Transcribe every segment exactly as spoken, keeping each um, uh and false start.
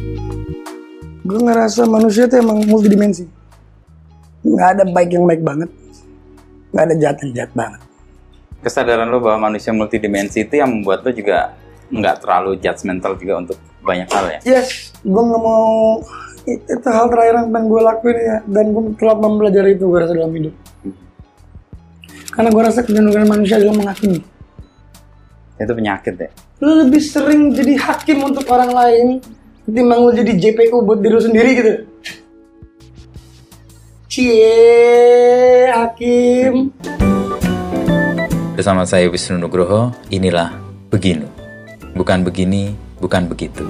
Gue ngerasa manusia tuh emang multidimensi. Nggak ada baik yang baik banget, nggak ada jahat yang jahat banget. Kesadaran lo bahwa manusia multidimensi itu yang membuat lo juga nggak terlalu judgmental juga untuk banyak hal ya? Yes, gue nggak mau, itu hal terakhir yang pengen gue lakuin ya, dan gue telah mempelajari itu gue rasa dalam hidup. Karena gue rasa kecenderungan manusia adalah menghakimi. Itu penyakit ya? Lo lebih sering jadi hakim untuk orang lain ketimbang lo jadi J P U buat diri lo sendiri gitu. Cie, hakim. Bersama saya Wisnu Nugroho, inilah Beginu. Bukan begini, bukan begitu.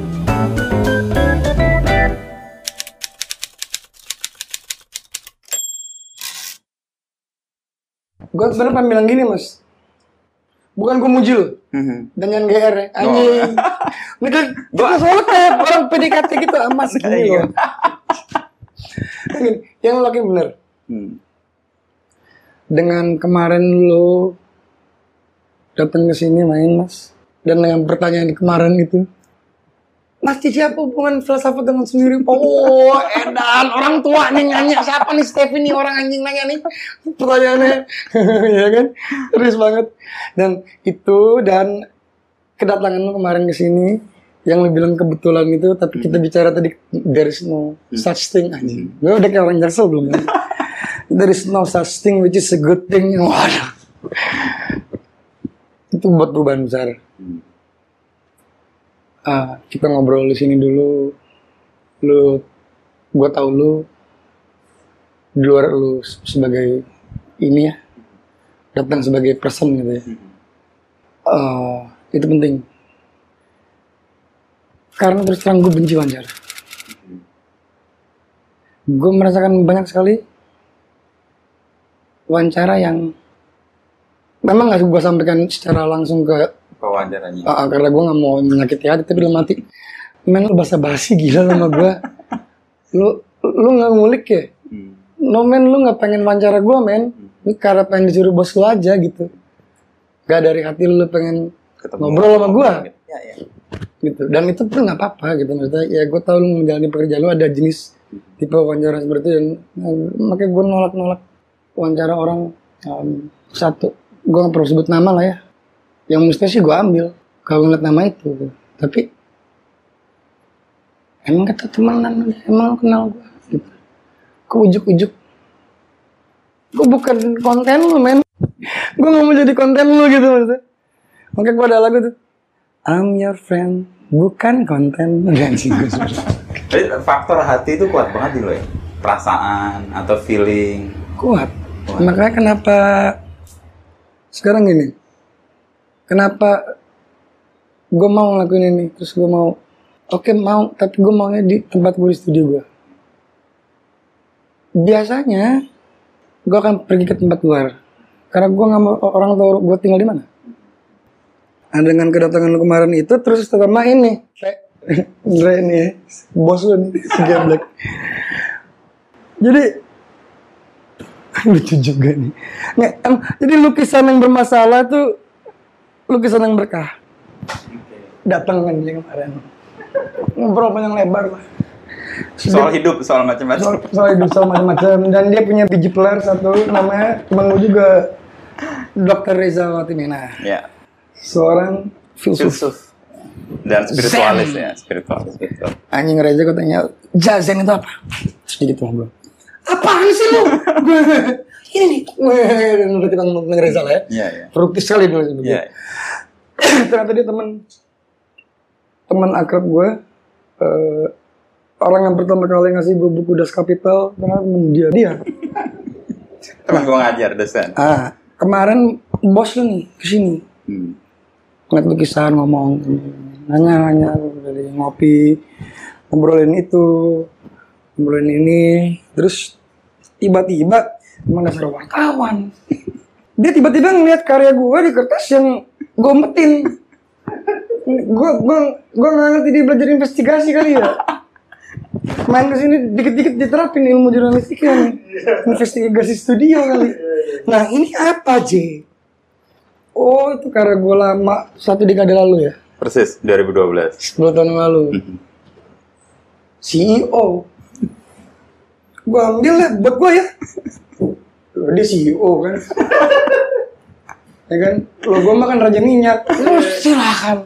Gue sebenernya pengen bilang gini mas, bukan gue muji lo, mm-hmm. dan jangan G R ya, anjing. Ini kan, kita soalnya kayak orang P D K T gitu, mas gini loh. Yang lo lakuin bener. Hmm. Dengan kemarin lo datang ke sini main mas, dan dengan pertanyaan kemarin itu, mas Cici apa hubungan filsafat dengan sendiri? Oh, edan orang tua nih nanya siapa nih Stevie nih orang anjing nanya nih pertanyaannya, ya kan, serius banget. Dan itu dan kedatangan lo kemarin ke sini yang lo bilang kebetulan itu, tapi kita bicara tadi there is no such thing anjing. Gue udah kayak orang Jaksel belum ya? There is no such thing which is a good thing. Waduh. Itu buat perubahan besar. Uh, kita ngobrol di sini dulu. Lu, gue tau lu di luar lu sebagai ini ya, datang sebagai person gitu ya. Uh, itu penting. Karena terus terang gue benci wawancara. Gue merasakan banyak sekali wawancara yang memang gak gue sampaikan secara langsung ke wawancaranya. Uh, karena gue gak mau menyakiti hati, tapi dalam hati, men lu basa-basi gila sama gue. Lu lu gak ngulik ya? Hmm. No men, lu gak pengen wawancara gue men. Hmm. Lu karena pengen disuruh bos lu aja gitu. Gak dari hati lu pengen ketemu ngobrol sama gue. Ya, ya. Gitu. Dan itu pun gak apa-apa gitu. Maksudnya ya gue tau lu menjalani pekerjaan lu ada jenis tipe wawancara seperti itu. Dan nah, makanya gue nolak-nolak wawancara orang. Um, satu, gue gak perlu sebut nama lah ya. Yang mestinya sih gue ambil kalau ngeliat nama itu gitu. Tapi emang kita temenan, emang kenal gue gitu. Kok ujuk-ujuk gue bukan konten lu men, gue gak mau jadi konten lu gitu maksudnya. Makanya gue ada lagu tuh, I'm your friend, bukan konten. Jadi faktor hati itu kuat banget di lo ya, perasaan atau feeling kuat, kuat. Makanya kenapa sekarang gini, kenapa gue mau ngelakuin ini, terus gue mau, oke okay, mau, tapi gue maunya di tempat gue, di studio gue. Biasanya gue akan pergi ke tempat luar, karena gue nggak mau orang tahu gue tinggal di mana. Nah dengan kedatangan lu kemarin itu, terus terutama ini, kayak Andre nih, bos lu nih, si Geblek. Jadi lucu juga nih. Nggak, em, jadi lukisan yang bermasalah tuh lukisan yang berkah. Datang kan dia kemarin. Ngobrol panjang lebar lah. Soal dia, hidup, soal macam-macam. Soal, soal hidup, soal macam-macam. Dan dia punya biji pelar satu, namanya temen gue juga, dokter Reza Watimena. Ya. Seorang filsuf. filsuf. Dan spiritualis Zen. Ya, spiritualis. Spiritual. Anjing Reza gue tanya, Zen itu apa? Terus dia gitu ngobrol. Apaan sih lu? Ini nih. Dan udah kita ngomong Reza lah ya. Iya, iya. Produktif sekali dulu sebetulnya. Iya. Ternyata dia teman teman akrab gue. Uh, orang yang pertama kali ngasih gue buku Das Kapital, ternyata dia dia. Teman gue ngajar dosen. Ah, kemarin bos lu nih kesini. Hmm. Ngeliat lukisan, ngomong, nanya-nanya, dari ngopi, ngobrolin itu, ngobrolin ini, terus tiba-tiba emang dasar wartawan. Dia tiba-tiba ngeliat karya gue di kertas yang gue metin. Gue gue gue nggak ngerti dia belajar investigasi kali ya. Main kesini dikit-dikit diterapin ilmu jurnalistik kan, investigasi studio kali. Nah ini apa J? Oh itu karya gue lama satu dekade lalu ya. Persis dua ribu dua belas. sepuluh tahun lalu. C E O. Gue ambil lah buat gue ya. Dia C E O kan. Ya kan, lo gue makan raja minyak. Lo silakan.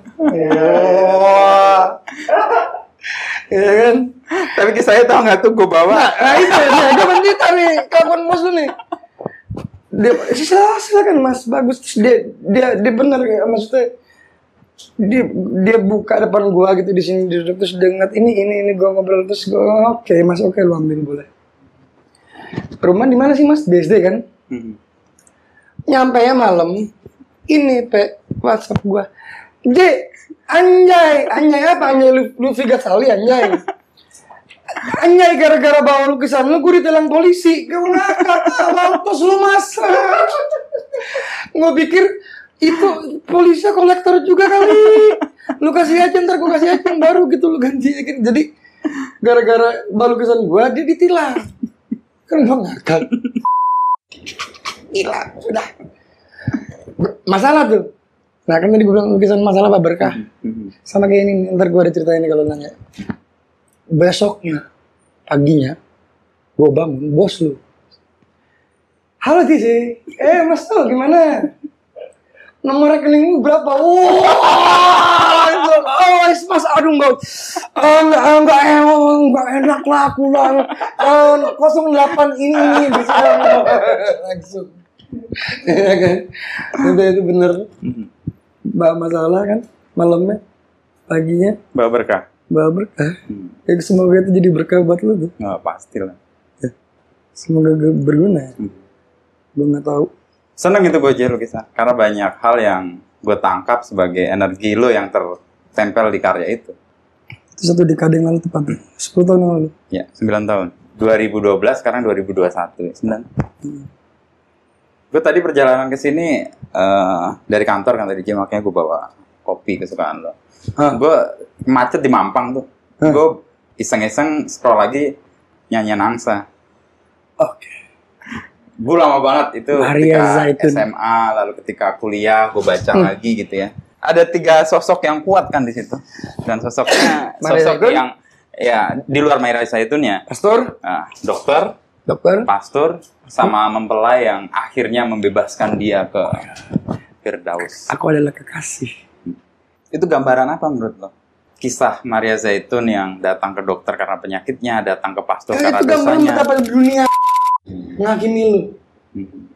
Ya kan. Tapi kisahnya tau nggak tuh gue bawa. Nah, nah itu ya, gue pendeta nih, kawan bos lu nih. Dia silakan, silakan mas, bagus. Terus dia dia dia benar ya, maksudnya dia dia buka depan gua gitu di sini duduk terus dengar ini ini ini gua ngobrol terus gua oke okay, mas oke okay, lu ambil boleh. Rumah di mana sih mas? B S D kan? Hmm. Nyampe ya malam ini pe WhatsApp gua. Dek, anjay, anjay apa anjay lu lu Viga Sali anjay. Anjay gara-gara bawa lukisan lu gue ditilang polisi. Gue ngakak, mampus lu mas. Gue pikir itu polisi kolektor juga kali. Lu kasih aja ntar gue kasih aja baru gitu lu ganti. Jadi gara-gara bawa lukisan gue dia ditilang. Kan gue ngakak. Gila, sudah. Masalah tuh. Nah kan tadi gue bilang lukisan masalah apa berkah. Sama kayak ini ntar gue ada cerita ini kalau nanya. Besoknya paginya gue bangun bos lu halo Tisi eh mas tuh gimana nomor rekeningmu berapa wah oh mas aduh enggak enggak enggak enggak enak lah aku lah nol delapan ini bisa langsung ya kan itu itu bener mbak masalah kan malamnya paginya mbak berkah Bawa berkah. Hmm. Ya semoga itu jadi berkah buat lu tuh. Nggak pasti lah. Ya. Semoga berguna. Hmm. Gue nggak tahu. Seneng itu gue jadi lukisan karena banyak hal yang gue tangkap sebagai energi lo yang tertempel di karya itu. Itu satu dekade yang lalu tepatnya. sepuluh tahun yang lalu. Ya, sembilan tahun. dua ribu dua belas sekarang dua ribu dua puluh satu. sembilan. Hmm. Gue tadi perjalanan ke sini uh, dari kantor kan tadi jam makanya gue bawa kopi kesukaan lo. Huh? Gue macet di Mampang tuh. Huh? Gue iseng-iseng scroll lagi nyanyian angsa. Oke. Okay. Gue lama banget itu Maria ketika Zaitun. S M A lalu ketika kuliah gue baca hmm. lagi gitu ya. Ada tiga sosok yang kuat kan di situ. Dan sosoknya sosok yang ya di luar Maria Zaitun ya. Pastor, nah, dokter, dokter, pastor sama mempelai yang akhirnya membebaskan dia ke Firdaus. Aku adalah kekasih. Itu gambaran apa menurut lo? Kisah Maria Zaitun yang datang ke dokter karena penyakitnya, datang ke pastor eh, karena dosanya. Itu gambaran betapa dunia hmm. ngakimi lu. Hmm.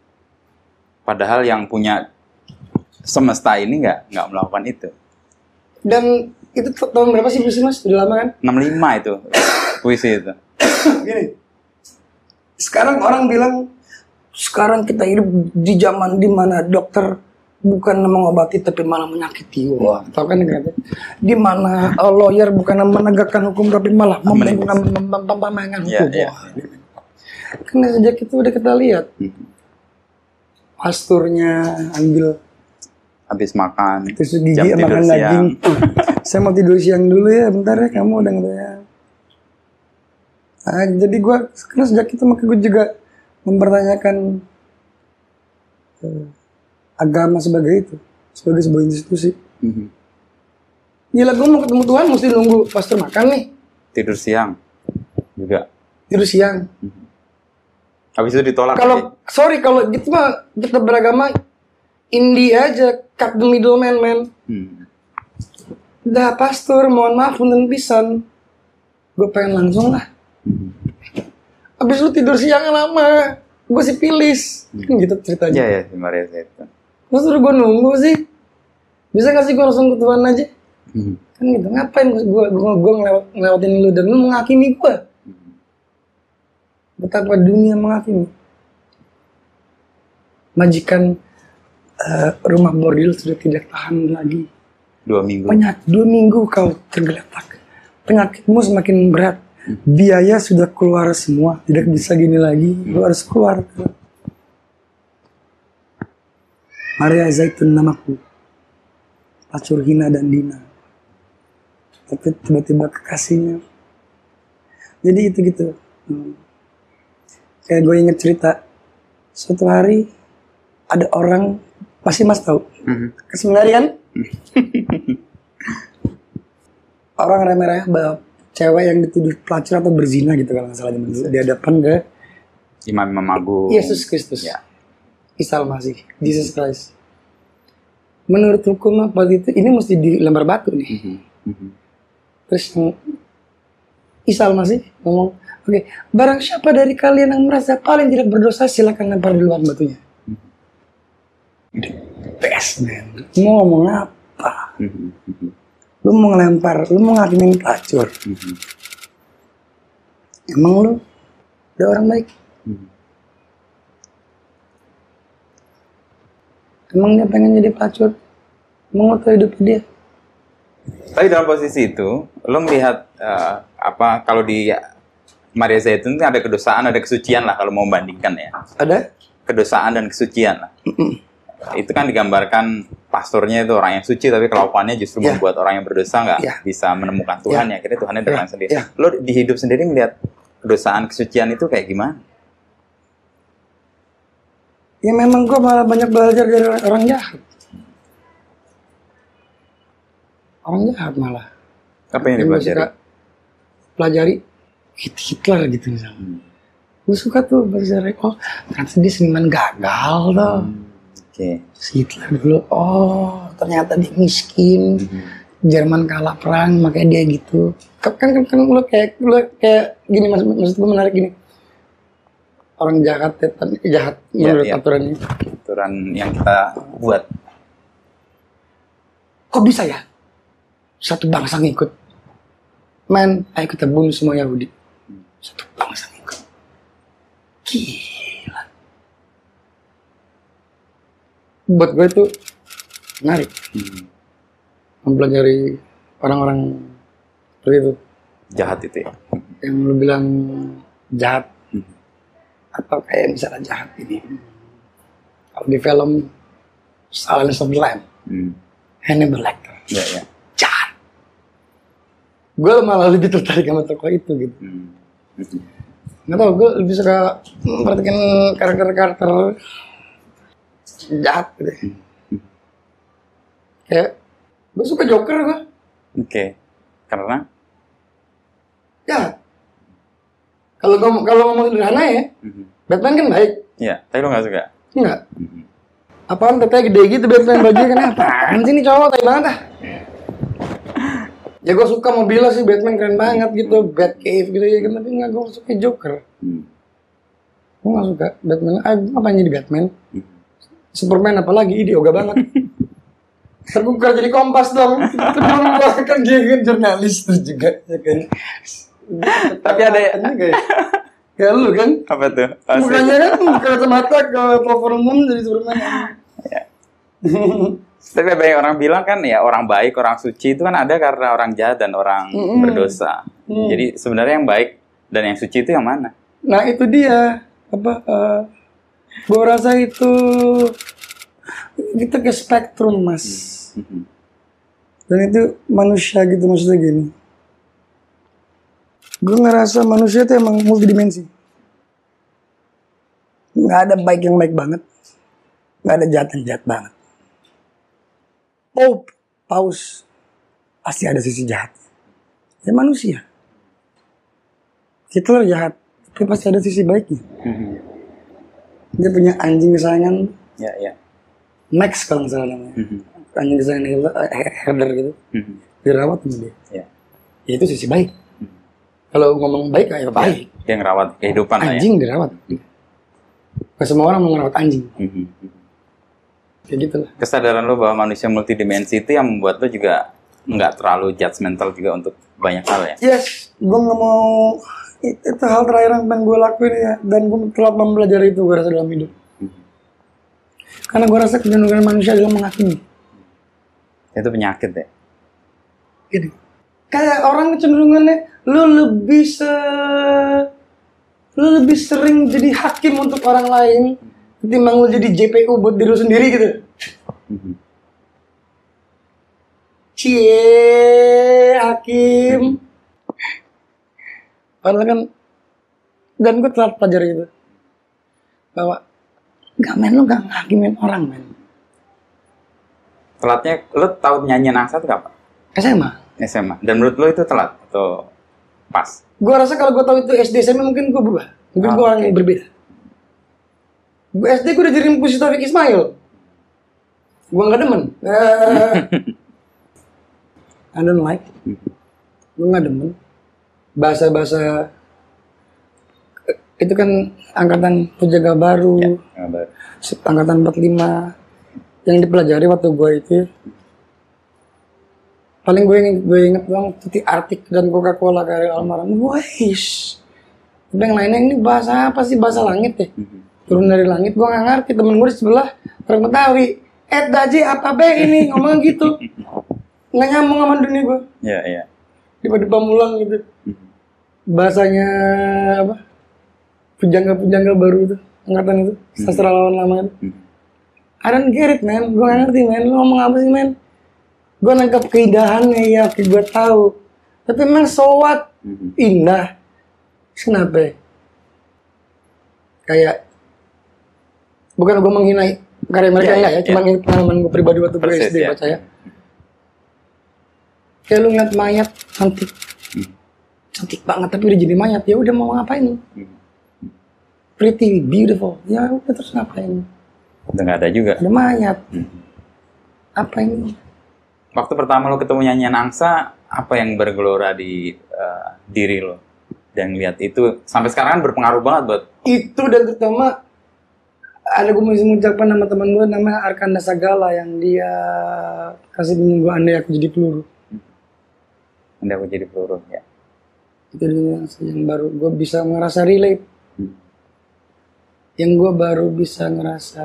Padahal yang punya semesta ini nggak nggak melakukan itu. Dan itu tahun berapa sih puisi mas? Sudah lama kan? enam puluh lima itu puisi itu. Gini, sekarang orang bilang sekarang kita hidup di zaman di mana dokter bukan mengobati tapi malah menyakiti. Wah, tahu kan kan? Di mana uh, lawyer bukan menegakkan hukum tapi malah memainkan hukum. Yeah, yeah. Karena sejak itu udah kita lihat pasturnya ambil habis makan terus gigi makan daging. Saya mau tidur siang dulu ya, bentar ya kamu udah ya. Nah, jadi gue karena sejak itu maka gue juga mempertanyakan uh, agama sebagai itu, sebagai sebuah institusi. Mm-hmm. Gila, gue mau ketemu Tuhan mesti nunggu pastor makan nih. Tidur siang juga. Tidur siang. Mm-hmm. Habis itu ditolak. Kalau sorry kalau gitu mah kita beragama indie aja, cut the middleman man. Hmm. Dah pastor, mohon maaf punten pisan. Gue pengen langsung lah. Hmm. Habis lu tidur siang lama, gue sih pilis. Hmm. Gitu ceritanya. Iya ya, si Maria Zaitun. Terus udah gue nunggu sih. Bisa gak sih gue langsung ke Tuhan aja? Hmm. Kan gitu, ngapain gue gue gue ngelewat, ngelewatin lu dan lu menghakimi gue? Hmm. Betapa dunia menghakimi. Majikan uh, rumah bordil sudah tidak tahan lagi. Dua minggu. Penyakit dua minggu kau tergeletak. Penyakitmu semakin berat. Hmm. Biaya sudah keluar semua, tidak bisa gini lagi. Hmm. Lu harus keluar. Maria Zaitun namaku, pelacur hina dan dina. Tapi tiba-tiba kekasihnya. Jadi itu gitu. Hmm. Kayak gue inget cerita. Suatu hari ada orang, pasti mas tahu, mm-hmm. ke seminari kan? Orang remeh-remeh bawa cewek yang dituduh pelacur atau berzina gitu kalau nggak salah zaman dulu di hadapan ke Imam-imam agung. Yesus Kristus. Ya. Isa Al-Masih, Jesus Christ. Menurut hukum apa itu ini mesti dilempar batu nih. Mhm, mhm. Terus yang Isa Al-Masih ngomong, oke, barang siapa dari kalian yang merasa paling tidak berdosa silakan lempar duluan batunya. The best man. Lu mau ngomong apa? Mhm, mhm, Lu mau ngelempar, lu mau ngakimin pelacur. mhm, Emang lu udah orang baik? mhm. Emang dia pengen jadi pelacur? Mau tau hidup dia? Tapi dalam posisi itu, lo melihat eh, apa kalau di Maria Zaitun itu ada kedosaan, ada kesucian lah kalau mau membandingkan ya. Ada? Kedosaan dan kesucian lah. Itu kan digambarkan pastornya itu orang yang suci, tapi kelakuannya justru Ya. membuat orang yang berdosa nggak Ya. bisa menemukan Tuhan ya. Akhirnya Tuhannya dengan Ya. sendiri. Ya. Lo di hidup sendiri melihat kedosaan, kesucian itu kayak gimana? Ya memang gue malah banyak belajar dari orang jahat. Orang jahat malah. Apa yang Yang gue dipelajari? suka pelajari Hit- Hitler gitu misalnya. Hmm. Gue suka tuh belajar, oh ternyata dia seniman gagal tuh. Oke. Si Hitler dulu, oh ternyata dia miskin. Jerman kalah perang, makanya dia gitu. Kan kan, kan lo kayak lo kayak gini maksud, maksud gue menarik gini. Orang jahat ya, tapi jahat Iya, menurut iya. aturannya. Aturan yang kita buat. Kok bisa ya? Satu bangsa ngikut. Men, ayo kita bunuh semua Yahudi. Satu bangsa ngikut. Gila. Buat gue itu menarik. Hmm. Mempelajari orang-orang seperti itu. Jahat itu ya. Yang lu bilang jahat. Hmm. Atau kayak misalnya jahat ini. Kalau di film Silence of the Lamb. Hmm. Hannibal Lecter. Ya, ya. Jahat. Gue malah lebih tertarik sama tokoh itu gitu. Hmm. Hmm. Nggak tau, gue lebih suka memperhatikan karakter-karakter jahat gitu. Kayak, gue suka Joker gue. Oke. Karena Jahat. Kalau ngom- kalau ngomong sederhana ya, Mhm. Batman kan baik. ya, tapi lo nggak suka. Enggak. Mhm. Apaan tetenya gede gitu Batman bajunya kan apaan sih ini cowok tai banget ah. Ya gue suka mobilnya sih Batman keren banget gitu, Batcave gitu ya, tapi enggak, gue suka Joker. Hmm. Gue gak suka Batman, ah apa jadi Batman? Mhm. Superman apalagi, ide yoga banget. Terbuka jadi Kompas dong. Terbuka kan dia kan jurnalis tuh juga ya kan. Tapi ada ya- kayak kayak lu kan. Apa tuh? Asik. Mukanya kan ke kacamata ke platform umum jadi Superman. Tapi banyak orang bilang kan ya orang baik, orang suci itu kan ada karena orang jahat dan orang Mm-mm. berdosa. Mm. Jadi sebenarnya yang baik dan yang suci itu yang mana? Nah itu dia apa? Uh, gue rasa itu itu ke spektrum mas. Mhm. Dan itu manusia gitu maksudnya gini. Gue ngerasa manusia itu emang multidimensi. Nggak ada baik yang baik banget. Nggak ada jahat yang jahat banget. Pope, paus, pasti ada sisi jahat. Ya manusia. Hitler jahat, tapi pasti ada sisi baiknya. Mhm. Dia punya anjing kesayangan, Ya, ya. Max kalau nggak salah namanya. Mhm. Anjing kesayangan Hitler, eh, herder gitu. Mhm. Dirawat sama dia. Ya. Ya itu sisi baik. Kalau ngomong baik, ya baik. Dia ngerawat kehidupan lah ya. Anjing dirawat. Gak semua orang mau ngerawat anjing. Mhm. Kayak gitu lah. Kesadaran lo bahwa manusia multidimensi itu yang membuat lo juga nggak terlalu judgmental juga untuk banyak hal ya. Yes, gue gak mau. Itu, itu hal terakhir yang pengen gue lakuin ya. Dan gue telah mempelajari itu gue rasa dalam hidup. Mhm. Karena gue rasa kecenderungan manusia adalah menghakimi. Itu penyakit ya. Gitu. Kayak orang kecenderungannya, lu lebih se... Lu lebih sering jadi hakim untuk orang lain ketimbang lu jadi J P U buat diri lu sendiri gitu. Mhm. Cie, hakim. Padahal kan, dan gue telah pelajari itu. Bahwa, gak men, lu gak ngakimin orang men. Telatnya lo tahu nyanyi nangsa itu kapan? S M A. S M A. Dan menurut lo itu telat atau pas. Gue rasa kalau gue tahu itu S D S M mungkin gue berubah. Mungkin gue Oh, orang yang oke. berbeda. Gue S D gue udah jadi puisi Taufik Ismail. Gue nggak demen. Eh, I don't like. Gue nggak demen. Bahasa-bahasa itu kan angkatan penjaga baru, Ya, kabar. angkatan empat puluh lima yang dipelajari waktu gue itu. Paling gue inget, gue inget doang titik Artik dan Coca-Cola karya almarhum. Weish. Tapi yang lainnya ini bahasa apa sih? Bahasa langit ya? Turun dari langit, gue gak ngerti. Temen gue di sebelah orang Betawi. Eh daji apa be ini? Ngomong gitu. Nggak nyambung sama dunia gue. Iya, iya. Tiba-tiba mulang gitu. Bahasanya apa? Pujangga-pujangga baru itu. Angkatan itu. Sastralawan lama itu. I don't get it man. Gue gak ngerti man. Lu ngomong apa sih man? Gue nangkap keindahannya ya, gue tahu. Tapi emang so what? Indah. Kenapa? Ya? Kayak bukan gue menghina karya mereka Ya, enggak ya, ya, cuma ini pengalaman gue pribadi waktu gue Persis, S D ya. baca ya. Kayak lu ngeliat mayat cantik, cantik banget tapi udah jadi mayat ya udah mau ngapain? Pretty, beautiful, ya udah terus ngapain? Udah nggak ada juga. Ada mayat. Apa ini? Waktu pertama lo ketemu nyanyian angsa, apa yang bergelora di eh, diri lo? Dan lihat itu sampai sekarang kan berpengaruh banget buat. Itu dan terutama ada gue mesti mengucapkan nama teman gue namanya Arkanda Sagala yang dia kasih pinjam gue andai aku jadi peluru. Anda aku jadi peluru ya. Itu yang, yang baru gue bisa ngerasa relate. Yang gue baru bisa ngerasa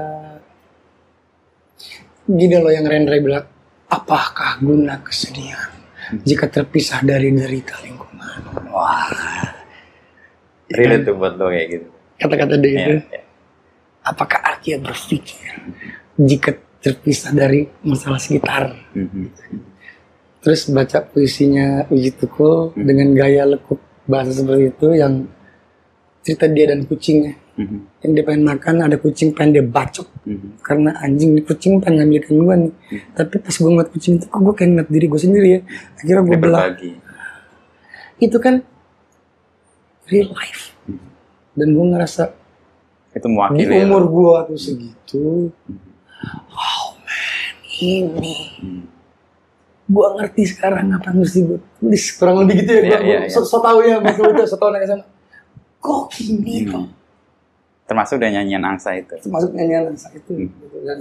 gini loh yang Rendra bilang, apakah guna kesedihan jika terpisah dari derita lingkungan? Wah, Relate tuh buat lo kayak gitu. kata-kata dia itu. Iya, iya. Apakah Arkia berpikir jika terpisah dari masalah sekitar? Mhm. Terus baca puisinya Uji Tukul dengan gaya lekuk bahasa seperti itu yang cerita dia dan kucingnya. Mhm. Yang dia pengen makan, ada kucing pengen dia bacok. Mhm. Karena anjing ini kucing pengen ngambilkan gue nih. Tapi pas gue ngeliat kucing itu, kok gue kayak ngeliat diri gue sendiri ya. Akhirnya gue Dia belah. berbagi. Itu kan real life. Dan gue ngerasa Itu di mewakili. umur gue tuh segitu, oh man ini. Hmm. Gue ngerti sekarang apa yang mesti gue tulis. Kurang lebih gitu ya. Iya, Gue iya, iya. so, so tau ya waktu itu, so tau naik sana. Kok gini Hmm. kok? Termasuk dari nyanyian angsa itu. Termasuk nyanyian saat itu. Hmm. Gitu. Dan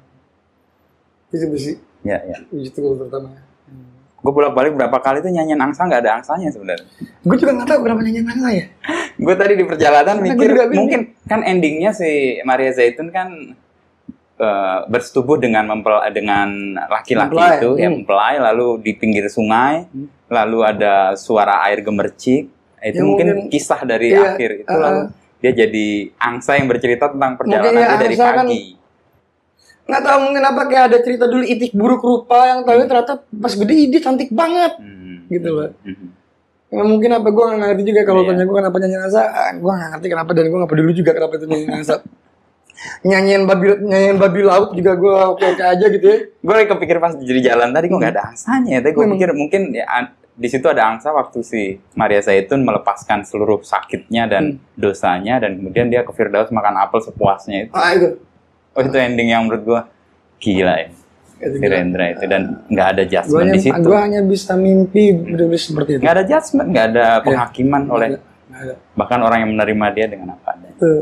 itu sih Ya, ya. Uji Tukul terutama. Gue bolak-balik berapa kali tuh nyanyian angsa nggak ada angsanya sebenarnya. Gue juga nggak tahu kenapa nyanyian angsa ya. Gue tadi di perjalanan Karena mikir gua juga bingung. mungkin kan endingnya si Maria Zaitun kan eh, bersetubuh dengan mempel dengan laki-laki Mempelai, itu ya hmm. mempelai lalu di pinggir sungai lalu ada suara air gemercik itu Ya, mungkin, mungkin- kisah dari iya, akhir itu uh, lalu dia jadi angsa yang bercerita tentang perjalanan Mungkin ya, dia dari angsa kan- pagi. Nggak tahu mungkin apa kayak ada cerita dulu itik buruk rupa yang tahu ternyata pas gede dia cantik banget. Hmm. Gitu loh. Mhm. Ya, mungkin apa gue nggak ngerti juga kalau Iya. tanya gue kenapa nyanyian angsa, gue nggak ngerti kenapa dan gue nggak peduli juga kenapa itu nyanyian angsa. Nyanyian babi nyanyian babi laut juga gue oke oke aja gitu ya. Gue lagi kepikir pas di jalan tadi kok nggak ada angsanya, tapi gue Memang. pikir mungkin ya, an- di situ ada angsa waktu si Maria Zaitun melepaskan seluruh sakitnya dan dosanya dan kemudian dia ke Firdaus makan apel sepuasnya itu. Ah itu. Oh itu ending yang menurut gue gila ya, Itu si Rendra itu dan nggak ada Gue judgement hanya, di situ, gua hanya bisa mimpi bener-bener seperti itu. nggak ada judgement, nggak ada penghakiman oleh Nggak ada. bahkan orang yang menerima dia dengan apa adanya. Itu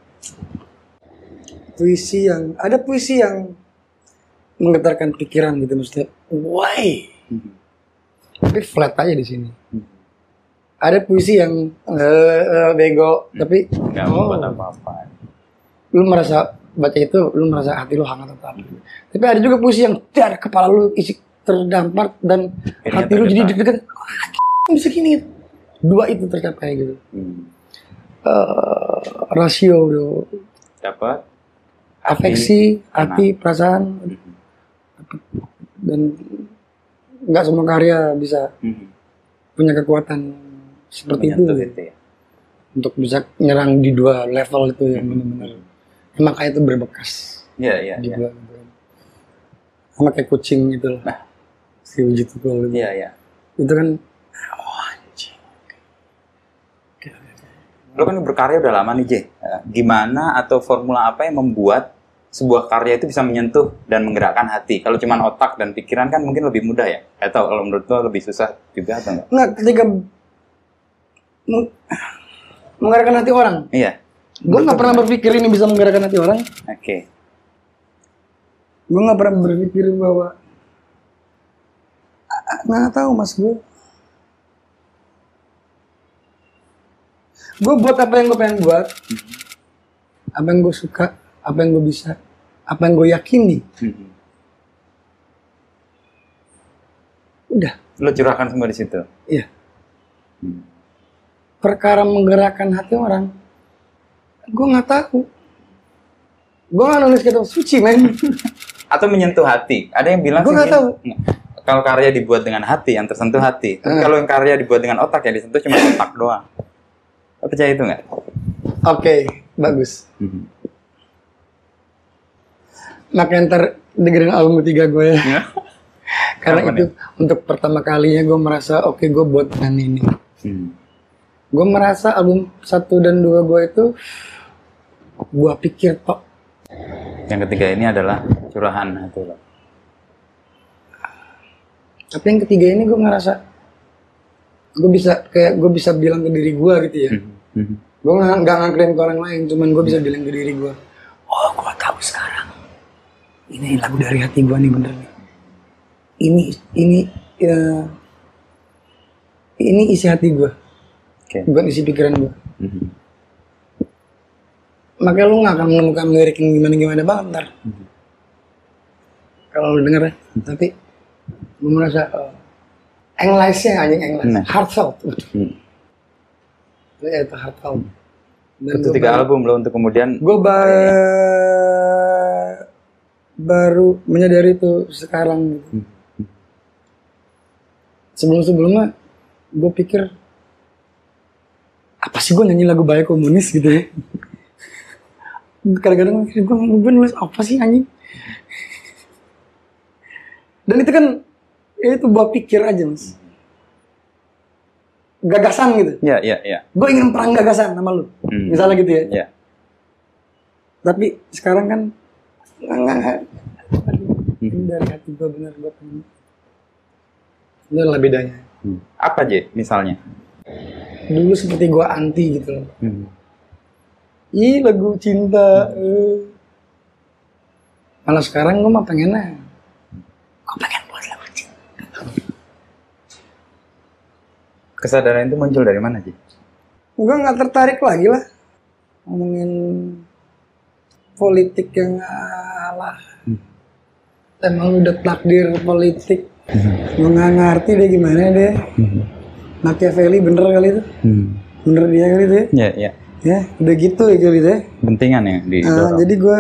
puisi yang ada puisi yang menggetarkan pikiran gitu maksudnya. Why? Tapi flat aja di sini. Ada puisi yang eh, eh, bego tapi Nggak oh, membuat apa-apa. lu merasa baca itu lu merasa hati lu hangat atau apa. Tapi ada juga puisi yang dar kepala lu isi terdampar dan Akhirnya hati lu jadi tergetar. deg-degan. Wah, bisa gini. Dua itu tercapai gitu. Hmm. Eh, rasio bro. Dapat Afeksi, hati, tenang. perasaan dan nggak semua karya bisa Hmm. punya kekuatan seperti itu Menyentuh itu ya. untuk bisa nyerang di dua level itu yang benar-benar makanya itu berbekas Iya iya di iya. dua gitu. Sama kayak kucing gitu loh. Nah. Si Uji Tukul gitu. Iya iya. Itu kan oh, anjing. Lo kan berkarya udah lama nih, J. Gimana atau formula apa yang membuat sebuah karya itu bisa menyentuh dan menggerakkan hati? Kalau cuma otak dan pikiran kan mungkin lebih mudah ya? Atau kalau menurut lo lebih susah juga atau enggak? Nggak, ketika meng- menggerakkan hati orang. Iya. Gue nggak pernah berpikir ini bisa menggerakkan hati orang. Oke. Okay. Gue nggak pernah berpikir bahwa nggak tahu mas gue. Gue buat apa yang gue pengen buat, apa yang gue suka, apa yang gue bisa, apa yang gue yakini. Hmm. Udah. Lo curahkan semua di situ. Iya. Hmm. Perkara menggerakkan hati orang, gue nggak tahu. Gue nggak nulis kitab suci, men. Atau menyentuh hati. Ada yang bilang gue sih nggak gini, tahu. kalau karya dibuat dengan hati, yang tersentuh hati. Tapi Hmm. kalau yang karya dibuat dengan otak, yang disentuh cuma otak doang. Lo percaya itu nggak? Oke, bagus. Hmm. Makanya ntar dengerin album ketiga gue ya. Ya? Karena Kapan itu untuk pertama kalinya gue merasa oke okay, gue buat dengan ini. Hmm. Gue merasa album satu dan dua gue itu gue pikir tok. Yang ketiga ini adalah curahan hati lo. Tapi yang ketiga ini gue ngerasa gue bisa kayak gue bisa bilang ke diri gue gitu ya. Hmm. Hmm. Gue nggak nggak ngaklaim ke orang lain, cuman gue bisa bilang ke diri gue. Oh, gue tahu sekarang. Ini lagu dari hati gue nih bener nih. Ini ini ya, ini isi hati gue, Oke. bukan isi pikiran gue. Hmm. Makanya lu nggak akan menemukan lirik yang gimana-gimana banget ntar. Hmm. Kalau lu denger ya. Tapi gue merasa oh, English-nya anjing English. Nah. Heartfelt. Hmm. Ya itu heartfelt. Dan Itu gua tiga baru- album lo untuk kemudian Gue ba- baru menyadari itu sekarang. Gitu. Hmm. Sebelum-sebelumnya gue pikir apa sih gue nyanyi lagu Bahaya Komunis gitu ya. Kadang-kadang mikir gue, gue nulis apa sih anjing. Dan itu kan ya itu buat pikir aja mas. Gagasan gitu. Ya, ya, ya. Gue ingin perang gagasan sama lu. Hmm. Misalnya gitu ya. Ya. Tapi sekarang kan nggak nggak nggak. Ini Hmm. dari hati gue bener gue pengen. Ini adalah bedanya. Hmm. Apa J misalnya? Dulu seperti gue anti gitu loh. Hmm. Ih lagu cinta. Eh. Malah sekarang gue mah pengennya. Gue pengen buat lagu cinta. Kesadaran itu muncul dari mana J? Gue nggak tertarik lagi lah ngomongin politik yang alah. Hmm. Emang udah takdir politik. Gue nggak ngerti deh gimana deh. Hmm. Machiavelli bener kali itu. Hmm. Bener dia kali itu ya. Ya, ya. Ya udah gitu ya kali itu ya. Pentingan ya di Nah, jadi gue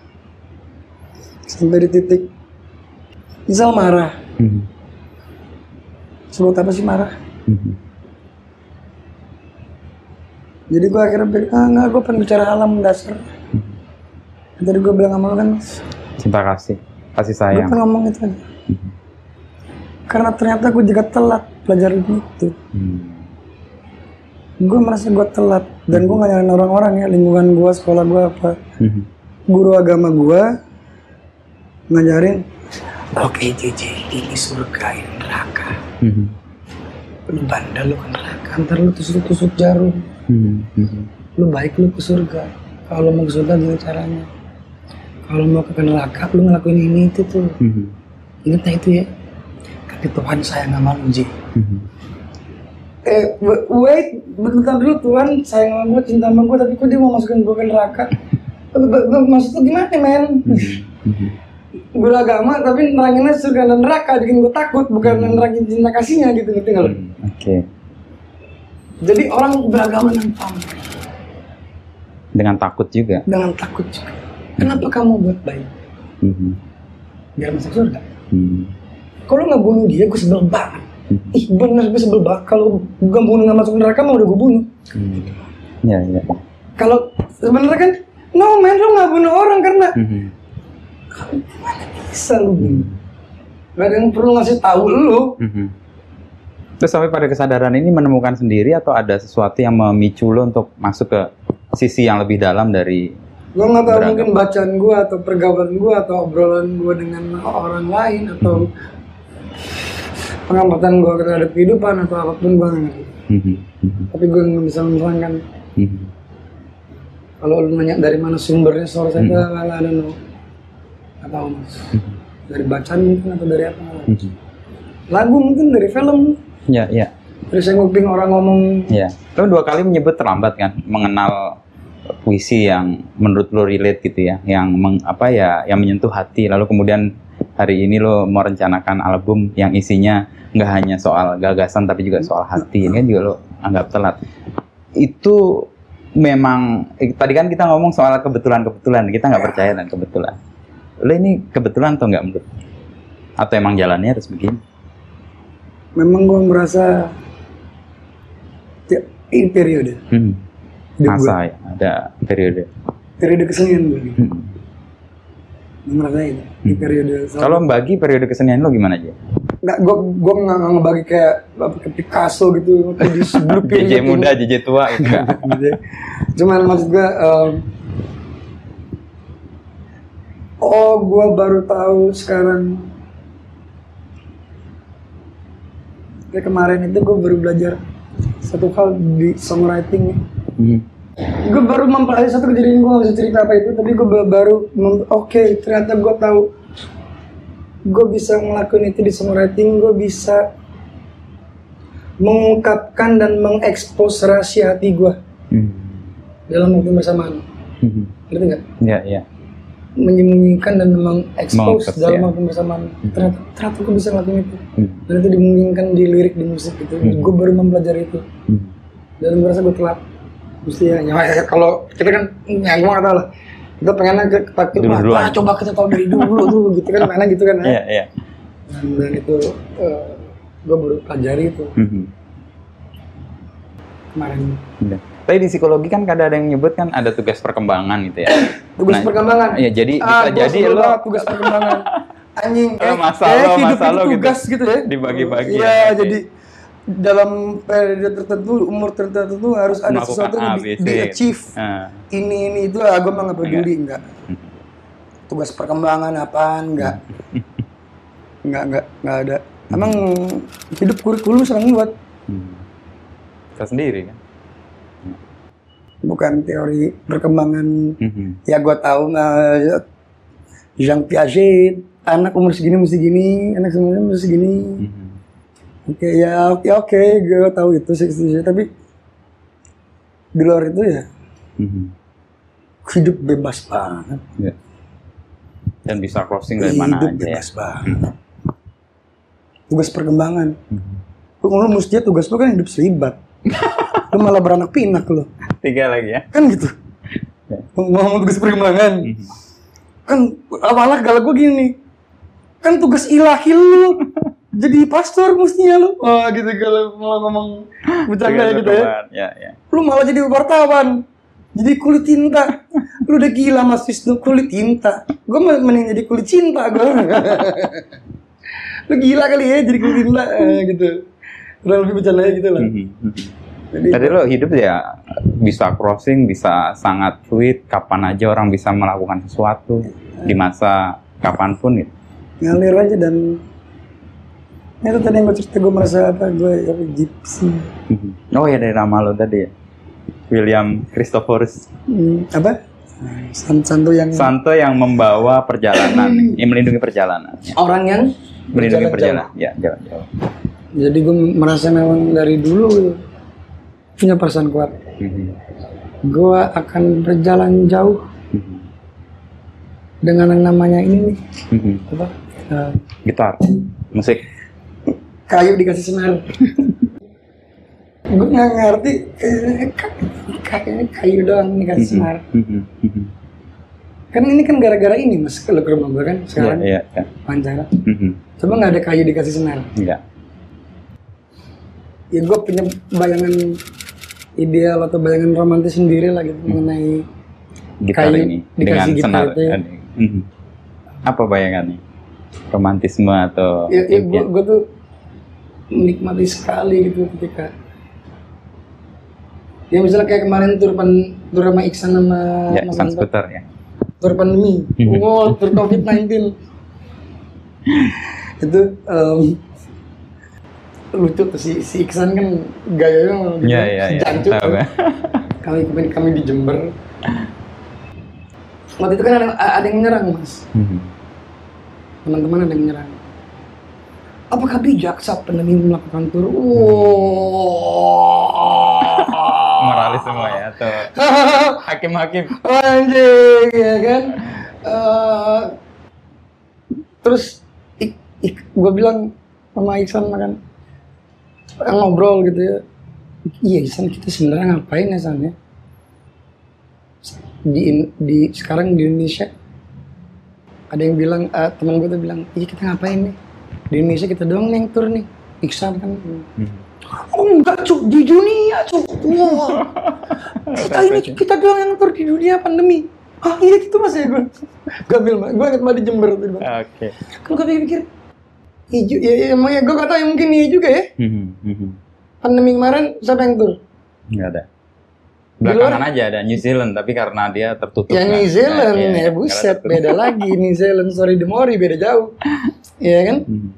sampai di titik misal marah. Hmm. Sebut apa sih marah? Hmm. Jadi gue akhirnya bilang, ah enggak, gue pengen bicara alam dasar. Tadi gue bilang sama lo kan, mas, Cinta kasih, kasih gue sayang. pengen ngomong itu aja. Karena ternyata gue juga telat pelajarin itu. Hmm. Gue merasa gue telat. Dan gue gak nyalain orang-orang ya, lingkungan gue, sekolah gue apa. Hmm. Guru agama gue ngajarin, oke J J, ini surga, ini neraka. Hmm. Lu bandel, lu ke neraka, ntar lu tusuk-tusuk jarum. Hmm. Hmm. Lu baik, lu ke surga. Kalau mau ke surga gini caranya. Kalau mau ke neraka, lu ngelakuin ini itu tuh. Hmm. Ingat ya itu ya. Tapi Tuhan sayang sama lu, Ji. Hmm. Eh, wait, bentar dulu, Tuhan sayang sama gue, cinta sama gue, tapi kok dia mau masukin gue ke neraka? Maksud lu gimana, men? Hmm. Gue agama, tapi neranginnya surga dan neraka, bikin gue takut, bukan nerangin cinta kasihnya gitu, ngerti nggak lu? Hmm. Oke. Jadi orang beragama dengan pamrih, Dengan takut juga. dengan takut juga. Kenapa kamu buat baik? Hmm. Biar masuk surga. Hmm. Kalau nggak bunuh dia, gue sebel banget. Hmm. Ih bener, gue sebel banget. Kalau gue bunuh nggak masuk neraka, mau udah gue bunuh. Hmm. Ya, ya. Kalau sebenarnya kan, no man, lu nggak bunuh orang karena Hmm. gimana bisa lu bunuh? Gak ada yang perlu ngasih tahu lu. Hmm. Terus sampai pada kesadaran ini menemukan sendiri atau ada sesuatu yang memicu lo untuk masuk ke sisi yang lebih dalam dari Gue nggak tahu, beragama? mungkin bacaan gue atau pergaulan gue atau obrolan gue dengan orang lain atau pengamatan gue terhadap kehidupan atau apapun, gue nggak ngerti. Mhm, mhm, Tapi gue nggak bisa menerangkan. mhm, Kalau lu nanya dari mana sumbernya soal saya, Hmm. nggak ada, no. Nggak tahu mas. Dari bacaan mungkin atau dari apa? mhm. Lagu mungkin, dari film. Ya, ya, Terus saya nguping orang ngomong. ya. Lo dua kali menyebut terlambat kan, mengenal puisi yang menurut lo relate gitu ya, yang meng, apa ya, yang menyentuh hati. Lalu kemudian hari ini lo mau rencanakan album yang isinya nggak hanya soal gagasan tapi juga soal hati. Ini kan juga lo anggap telat. Itu memang eh, tadi kan kita ngomong soal kebetulan-kebetulan, kita nggak percaya dan kebetulan. Lo ini kebetulan atau nggak menurut? Atau emang jalannya harus begini? Memang gue merasa ya, ini periode. Hmm. Hidup Masa gua. ya, ada periode. Periode kesenian gue. Hmm. Gue merasa itu. Di Hmm. periode. Kalau bagi periode kesenian lo gimana aja? Nggak, gue gue nggak nggak ngebagi kayak apa, kayak Picasso gitu, kayak di seblupin J J muda, J J tua gitu nggak? Cuman maksud gue, um, oh gue baru tahu sekarang. Kayak kemarin itu gue baru belajar satu hal di songwriting. Hmm. Gue baru mempelajari satu kejadian, gue nggak bisa cerita apa itu, tapi gue baru mem- oke okay, ternyata gue tahu. Gue bisa ngelakuin itu di songwriting, gue bisa mengungkapkan dan mengekspos rahasia hati gue Hmm. dalam waktu bersamaan. Hmm. Ngerti nggak? Ya, ya. Menyembunyikan dan mengekspos Mengekspos, dalam ya. waktu bersamaan. Ternyata, ternyata gue bisa ngelakuin itu. Hmm. Dan itu dimungkinkan di lirik, di musik gitu. Hmm. Gue baru mempelajari itu. Hmm. Dan gue rasa gue telat. Mesti ya, ya, ya, kalau kita kan, ya gue nggak tahu lah. Kita pengennya ke takut, Dulu wah, duluan. wah, coba kita tahu dari dulu tuh, gitu kan, mana gitu kan. ya. Iya, iya. Dan, dan itu uh, gue baru pelajari itu Hmm. kemarin. Udah. Tapi di psikologi kan kadang ada yang nyebut kan ada tugas perkembangan gitu ya. Tugas Nah, perkembangan. Iya, jadi Ah, bisa gua jadi sebel lo banget tugas perkembangan. Anjing, Eh, masa eh, lo, hidup masa itu lo gitu. tugas gitu, ya. Dibagi-bagi Iya, ya. jadi dalam periode tertentu, umur tertentu harus ada melakukan sesuatu A, yang B, di, C. di achieve. Nah. Ini ini itu, ah, gue mah nggak peduli, enggak. Hmm. Tugas perkembangan apaan, enggak. Enggak, enggak, enggak ada. Emang hidup kurikulum serang buat Hmm. Kita sendiri kan. bukan teori perkembangan. Hmm. Ya gue tahu nggak, Jean Piaget, anak umur segini mesti gini, anak semuanya mesti segini. Hmm. Oke, ya oke oke, gue tahu itu sih, sih, tapi di luar itu ya Hmm. hidup bebas banget. Ya. Dan bisa crossing dari mana Hidup aja ya. bebas banget. Tugas perkembangan. Hmm. Lu, lu mestinya tugas lu kan hidup selibat. Lu malah beranak pinak lu. Tiga lagi ya. Kan gitu. Ya. Ngomong tugas perkembangan. Hmm. Kan awalnya galak gue gini. Kan tugas ilahi lu. Jadi pastor mestinya lu. Wah gitu kalau mau ngomong bercanda Tiga gitu ya. perkembangan. Ya, ya. Lu malah jadi wartawan. Jadi kulit tinta. Lu udah gila Mas Wisnu, kulit tinta. Gue mending jadi kulit cinta gue. Lu gila kali ya jadi kulit tinta eh, gitu. Kurang lebih bercandanya gitu lah. Hmm. Hmm. Jadi Tadi lo hidup ya bisa crossing, bisa sangat fluid, kapan aja orang bisa melakukan sesuatu di masa kapanpun gitu. ngalir aja dan itu tadi yang gue cerita, gue merasa apa, gue apa, gypsy. Oh ya, dari nama lo tadi ya, William Christophorus Hmm, apa? San- Santo yang Santo yang membawa perjalanan, yang melindungi perjalanan, ya. orang yang melindungi berjalan perjalanan, ya jalan jauh. jauh. Jadi gue merasa memang dari dulu gitu, punya perasaan kuat. Mhm. Gue akan berjalan jauh Mhm. dengan yang namanya ini nih, Mhm. apa? eh, Gitar, musik. kayu dikasih senar. Gue nggak ngerti, eh, kayaknya kayu doang dikasih Mhm. senar. Mhm. Mhm. Kan ini kan gara-gara ini mas, kalau ke rumah gue kan Ya, sekarang ya, ya. wawancara. Mhm. Coba nggak ada kayu dikasih senar. Ya. Ya gue punya bayangan ideal atau bayangan romantis sendiri lah gitu mengenai Gitar kayu ini dikasih dengan gitar senar. itu ya. Mhm. Apa bayangannya? Romantisme atau Ya, ya gue impian? gue tuh menikmati sekali gitu ketika ya misalnya kayak kemarin tur pan tur sama Iksan sama Ya, Mas sang Anto, skuter ya. tur pandemi, wow, tur covid sembilan belas itu um, lucu tuh si, si Iksan kan gayanya gitu, Iya, iya, iya. jancut Tahu tuh. kan? kami kami kami di Jember waktu itu kan ada, ada yang menyerang mas, Mhm. teman-teman ada yang menyerang. Apakah bijak saat pandemi melakukan tur? Wow. Moralis semua ya atau hakim-hakim. Anjing, ya kan? Eh, terus ik, ik, gue bilang sama Iksan makan eh, ngobrol gitu ya. Iya Iksan, kita sebenarnya ngapain ya San ya? Di, in- di sekarang di Indonesia ada yang bilang eh, teman gue tuh bilang iya kita ngapain nih di Indonesia, kita doang nih yang tur nih. Iksan kan Mhm. oh enggak cuk, di dunia cuk, wah kita ini kita doang yang tur di dunia pandemi. Ah iya gitu mas ya gue gue bilang, gue inget banget di Jember tuh Bang. Oke. Kalau gue pikir-pikir iya ju- ya, ya, emang ya gue kata yang mungkin iya juga ya, Mhm, mhm. pandemi kemarin siapa yang tur? Nggak ada. Di Belakangan luar? aja ada New Zealand, tapi karena dia tertutup. Ya kan. New Zealand, Nah, iya, ya karena buset, tertutup. beda lagi New Zealand, sorry the Mori, beda jauh. Iya kan? Mhm.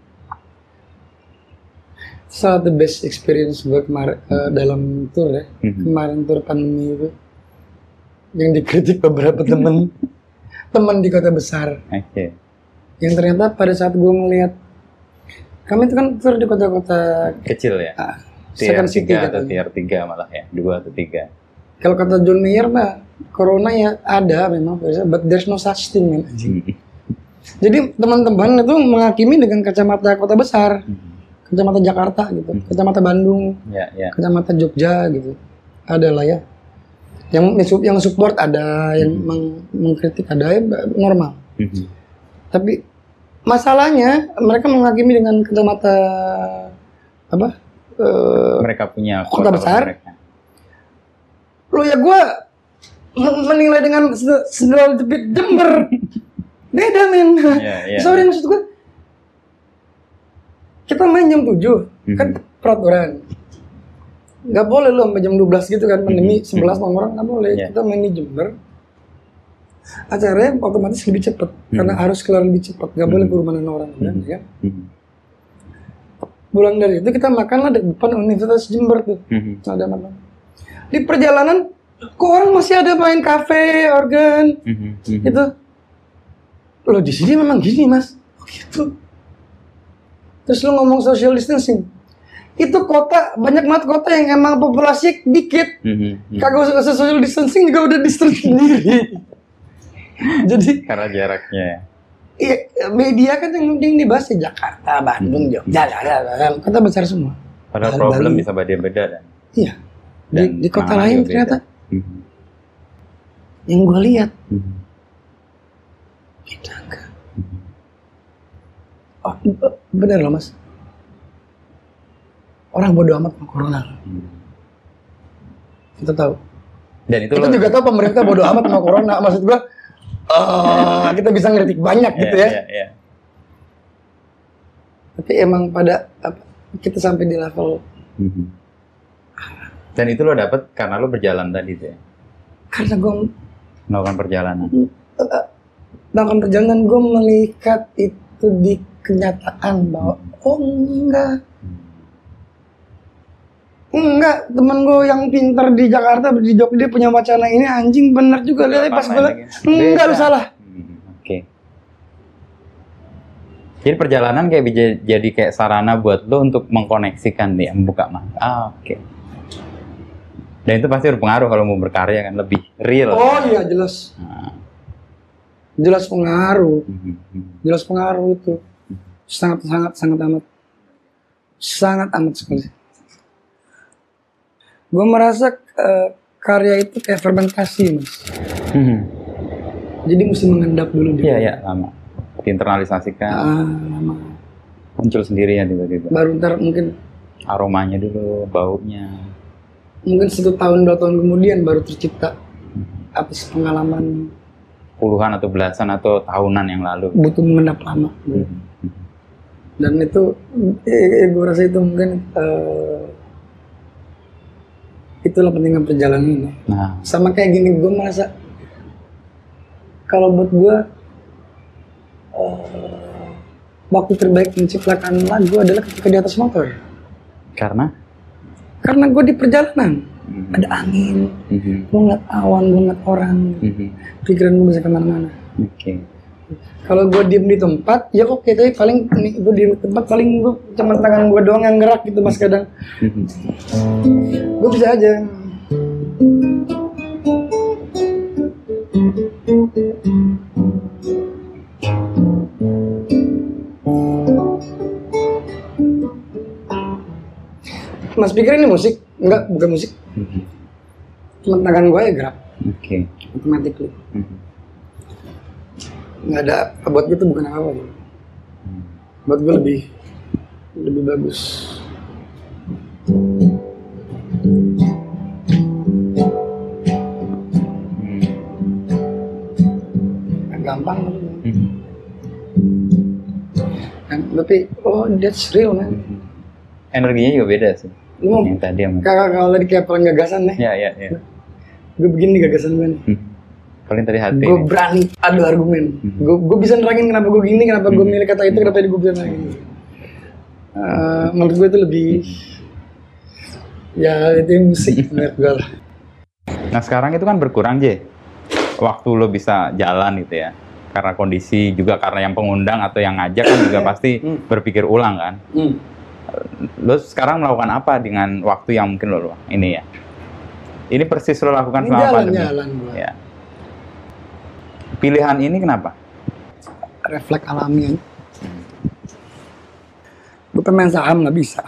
Salah the best experience gue kemarin eh, dalam tour ya, Mhm. kemarin tour pandemi itu, yang dikritik beberapa temen, teman di kota besar, Oke. yang ternyata pada saat gue ngeliat, kami itu kan tour di kota-kota Kecil ya. ah, Tier second city tiga atau katanya. tier tiga malah ya, dua atau tiga. Kalau kata John Mayer mah, corona ya ada memang, but there's no such thing man. Mhm. Jadi teman-teman itu menghakimi dengan kacamata kota besar, Mhm. kacamata Jakarta gitu, Hmm. kacamata Bandung, Ya, ya. kacamata Jogja gitu, ada lah ya. Yang yang support ada, yang Hmm. meng- mengkritik ada, ya normal. Mhm. Tapi masalahnya mereka menghakimi dengan kacamata apa? Eh, Mereka punya Kota besar? mereka. lo ya gue menilai dengan se- sendal jepit Jember, beda men. Iya, iya. Sorry maksud gue, kita main jam tujuh Mhm. kan peraturan. Nggak boleh lo sampai jam dua belas gitu kan, pandemi Mhm. sebelas orang nggak boleh. Iya. Kita main di Jember. Acaranya otomatis lebih cepet karena Mhm. harus kelar lebih cepat, nggak boleh Mhm. kerumunan orang kan, Mhm. ya. Mhm. Pulang dari itu kita makanlah di depan Universitas Jember tuh, Mhm. ada makan. Di perjalanan kok orang masih ada main kafe, organ, Mhm. Mhm. gitu. Lo di sini memang gini mas, oh, gitu. Terus lo ngomong social distancing, itu kota banyak banget kota yang emang populasi dikit, Mhm. Mhm. kagak usah social distancing juga udah distance sendiri. Jadi Karena jaraknya ya. iya, media kan yang penting dibahas di Jakarta, Bandung, Jogja, kota besar semua. Padahal Bali. problem bisa beda-beda dan Iya. Di, Dan di kota penanganan lain juga ternyata beda. Mhm. yang gue lihat Mhm. kita enggak. Mhm. Oh, be- bener loh mas. Orang bodoh amat sama corona. Mhm. Kita tahu. Dan itu Kita lo- juga tahu pemerintah bodoh amat sama corona. Maksud gua, eh, kita bisa ngeritik banyak gitu Iya, ya. iya, iya. Tapi emang pada apa, kita sampai di level Mhm. Dan itu lo dapet karena lo berjalan tadi tuh ya, karena gua melakukan perjalanan. eh, dalam perjalanan gua melihat itu di kenyataan bahwa oh enggak, enggak temen gua yang pintar di Jakarta di Jogja dia punya wacana ini anjing bener juga lihat pas Apa gua lagi? enggak lu Beda. salah. Hmm, Oke. Jadi perjalanan kayak bisa jadi kayak sarana buat lo untuk mengkoneksikan nih, membuka mata. Ah, oke. Dan itu pasti berpengaruh kalau mau berkarya kan lebih real. Oh iya jelas, Nah, jelas pengaruh. mhm, mhm. Jelas pengaruh itu sangat sangat sangat amat sangat amat sekali. Gue merasa eh, karya itu kayak fermentasi mas, Mhm. jadi mesti mengendap dulu Iya, iya, lama. Diinternalisasikan, Ah, lama. muncul sendirian tiba-tiba. Baru ntar mungkin Aromanya dulu, baunya. mungkin satu tahun dua tahun kemudian baru tercipta apa sih pengalaman, Puluhan atau belasan atau tahunan yang lalu. butuh mengendap lama. Mhm. Dan itu, eh, gue rasa itu mungkin uh, itulah pentingnya perjalanan ini. Nah. Sama kayak gini, gue merasa kalau buat gue uh, waktu terbaik menciptakan lagu adalah ketika di atas motor. Karena? Karena gue di perjalanan, mm-hmm. ada angin, mm-hmm. gue ngeliat awan, gue ngeliat orang, mm-hmm. pikiran gue bisa kemana-mana. Oke. Okay. Kalau gue diem di tempat, ya oke, okay, tapi paling gue diem di tempat paling gue cuma tangan gue doang yang gerak gitu mas kadang. Mm-hmm. Gue bisa aja. Mas pikir ini musik? Enggak, bukan musik. Mm-hmm. Cuma tangan gue ya gerak. Oke. Okay. Automatically. Mm-hmm. Nggak ada, buat gue itu bukan apa-apa gitu. Hmm. Buat gue lebih lebih bagus. Hmm. Gampang gitu. Hmm. Kan, tapi oh that's real man. Hmm. Energinya juga beda sih. Lu mau yang tadi yang kakak kalau tadi kayak perang gagasan nih. Ya ya ya. Gue begini gagasan gue nih. Hmm. Paling dari hati. Gue berani adu argumen. Mm-hmm. Gue gue bisa nerangin kenapa gue gini, kenapa mm-hmm. gue milih kata itu, kenapa gue bisa nerangin. Uh, menurut gue itu lebih, ya itu musik menurut gue lah. Nah sekarang itu kan berkurang J, waktu lo bisa jalan gitu ya, karena kondisi juga karena yang pengundang atau yang ngajak kan juga pasti mm. berpikir ulang kan. Mm. Lo sekarang melakukan apa dengan waktu yang mungkin lo ini ya? Ini persis lo lakukan selama pandemi. Jalan-jalan gue. Ya. Pilihan ini kenapa? Refleks alami. Hmm. Gue pemain saham nggak bisa.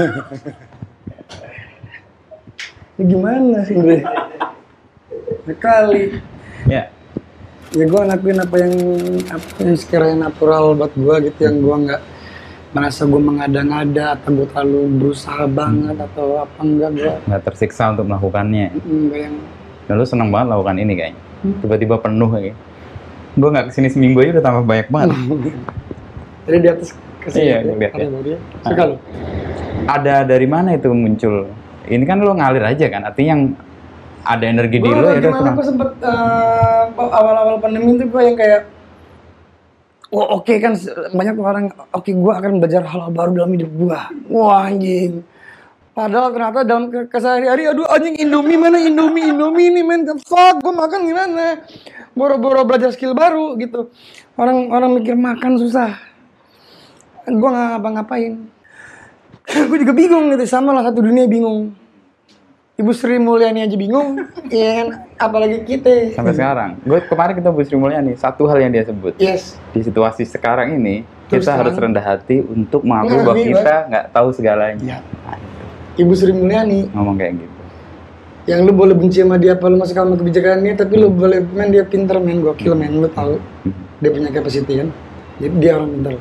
Ini gimana sih gue? Sekali. Ya. Ya gue ngelakuin apa yang apa yang sekiranya natural buat gue gitu, yang gue nggak merasa gue mengada-ngada atau gue terlalu berusaha banget hmm. atau apa enggak gue. Nggak tersiksa untuk melakukannya. Enggak yang. Dan lu seneng banget lakukan ini kayaknya. Hmm. Tiba-tiba penuh kayak. Gue nggak kesini seminggu aja udah tambah banyak banget. Jadi di atas kesini iya, ya, lihat ya. Suka lo? Ada dari mana itu muncul? Ini kan lo ngalir aja kan, artinya yang ada energi gua di lo ya udah. Gimana gue sempet uh, awal-awal pandemi itu gue yang kayak, oh oke okay, kan banyak orang, oke okay, gue akan belajar hal baru dalam hidup gue. Wah anjing. Padahal ternyata dalam kesehari-hari, aduh anjing Indomie mana Indomie, Indomie ini men, fuck, gue makan gimana? Boro-boro belajar skill baru gitu. Orang-orang mikir makan susah. Gue nggak ngapa-ngapain. Gue juga bingung gitu, sama lah satu dunia bingung. Ibu Sri Mulyani aja bingung, ya kan? Apalagi kita. Sampai sekarang, gue kemarin kita Bu Sri Mulyani, satu hal yang dia sebut. Yes. Di situasi sekarang ini, terus kita sekarang, harus rendah hati untuk mengakui bahwa kita nggak tahu segalanya. Ya. Ibu Sri Mulyani ngomong kayak gitu. Yang lu boleh benci sama dia, apa lu masuk sama kebijakannya, tapi lu boleh main dia pinter, main gokil, main lu tahu dia punya capacity kan. Jadi dia orang pinter.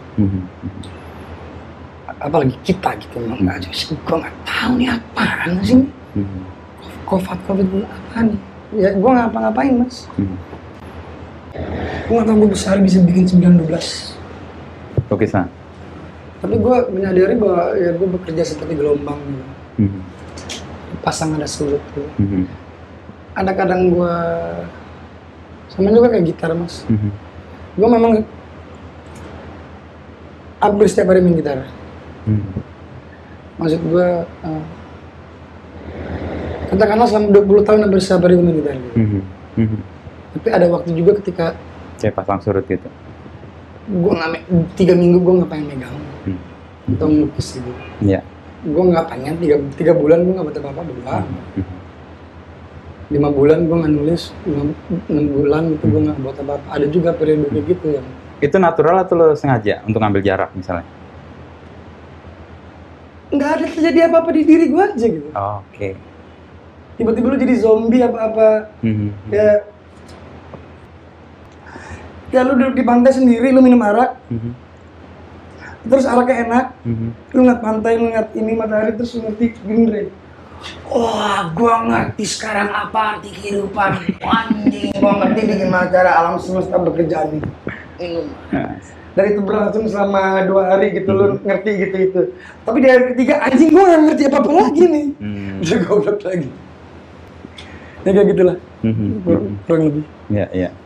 Apalagi kita gitu, nggak aja sih, gue nggak tahu nih apaan sih. Covid covid gue apaan nih? Ya gue ngapa-ngapain mas. Gue nggak tahu gue besar bisa bikin sembilan dua belas. Oke sah. Tapi gue menyadari bahwa ya gue bekerja seperti gelombang. Mm-hmm. Pasang ada surut gitu. Mm-hmm. Ada kadang gue sama juga kayak gitar mas. Mm-hmm. Gue memang hampir setiap hari main gitar. Mm-hmm. Maksud gue uh, katakanlah selama dua puluh tahun hampir setiap hari gue main gitar. Mm-hmm. Mm-hmm. Tapi ada waktu juga ketika kayak pasang surut gitu. Gue nggak tiga minggu gue nggak pengen megang mm-hmm. atau melukis gitu. Iya. Yeah. Gue nggak pengen tiga, tiga bulan gue nggak buat apa-apa berdua. Lima bulan gue nggak nulis, enam bulan itu gue nggak buat apa-apa. Ada juga periode kayak gitu ya. Itu natural atau lo sengaja untuk ngambil jarak misalnya? Nggak ada terjadi apa-apa di diri gue aja gitu. Oh, oke. Okay. Tiba-tiba lo jadi zombie apa-apa. Mm-hmm. Ya, ya lo duduk di pantai sendiri, lo minum arak. Mm-hmm. Terus araknya enak, mm-hmm. lu ngeliat pantai, lu ngeliat ini matahari, terus lu ngerti gini. Wah, gua ngerti sekarang apa arti kehidupan. Anjing, gua ngerti di gimana cara alam semesta bekerja nih. Ini. Dan itu berlangsung selama dua hari gitu, lu ngerti gitu itu. Tapi di hari ketiga anjing gue nggak ngerti apa apa lagi nih. Hmm. Udah goblok lagi. Ya kayak gitulah. Mhm. Kurang lebih. Iya, iya.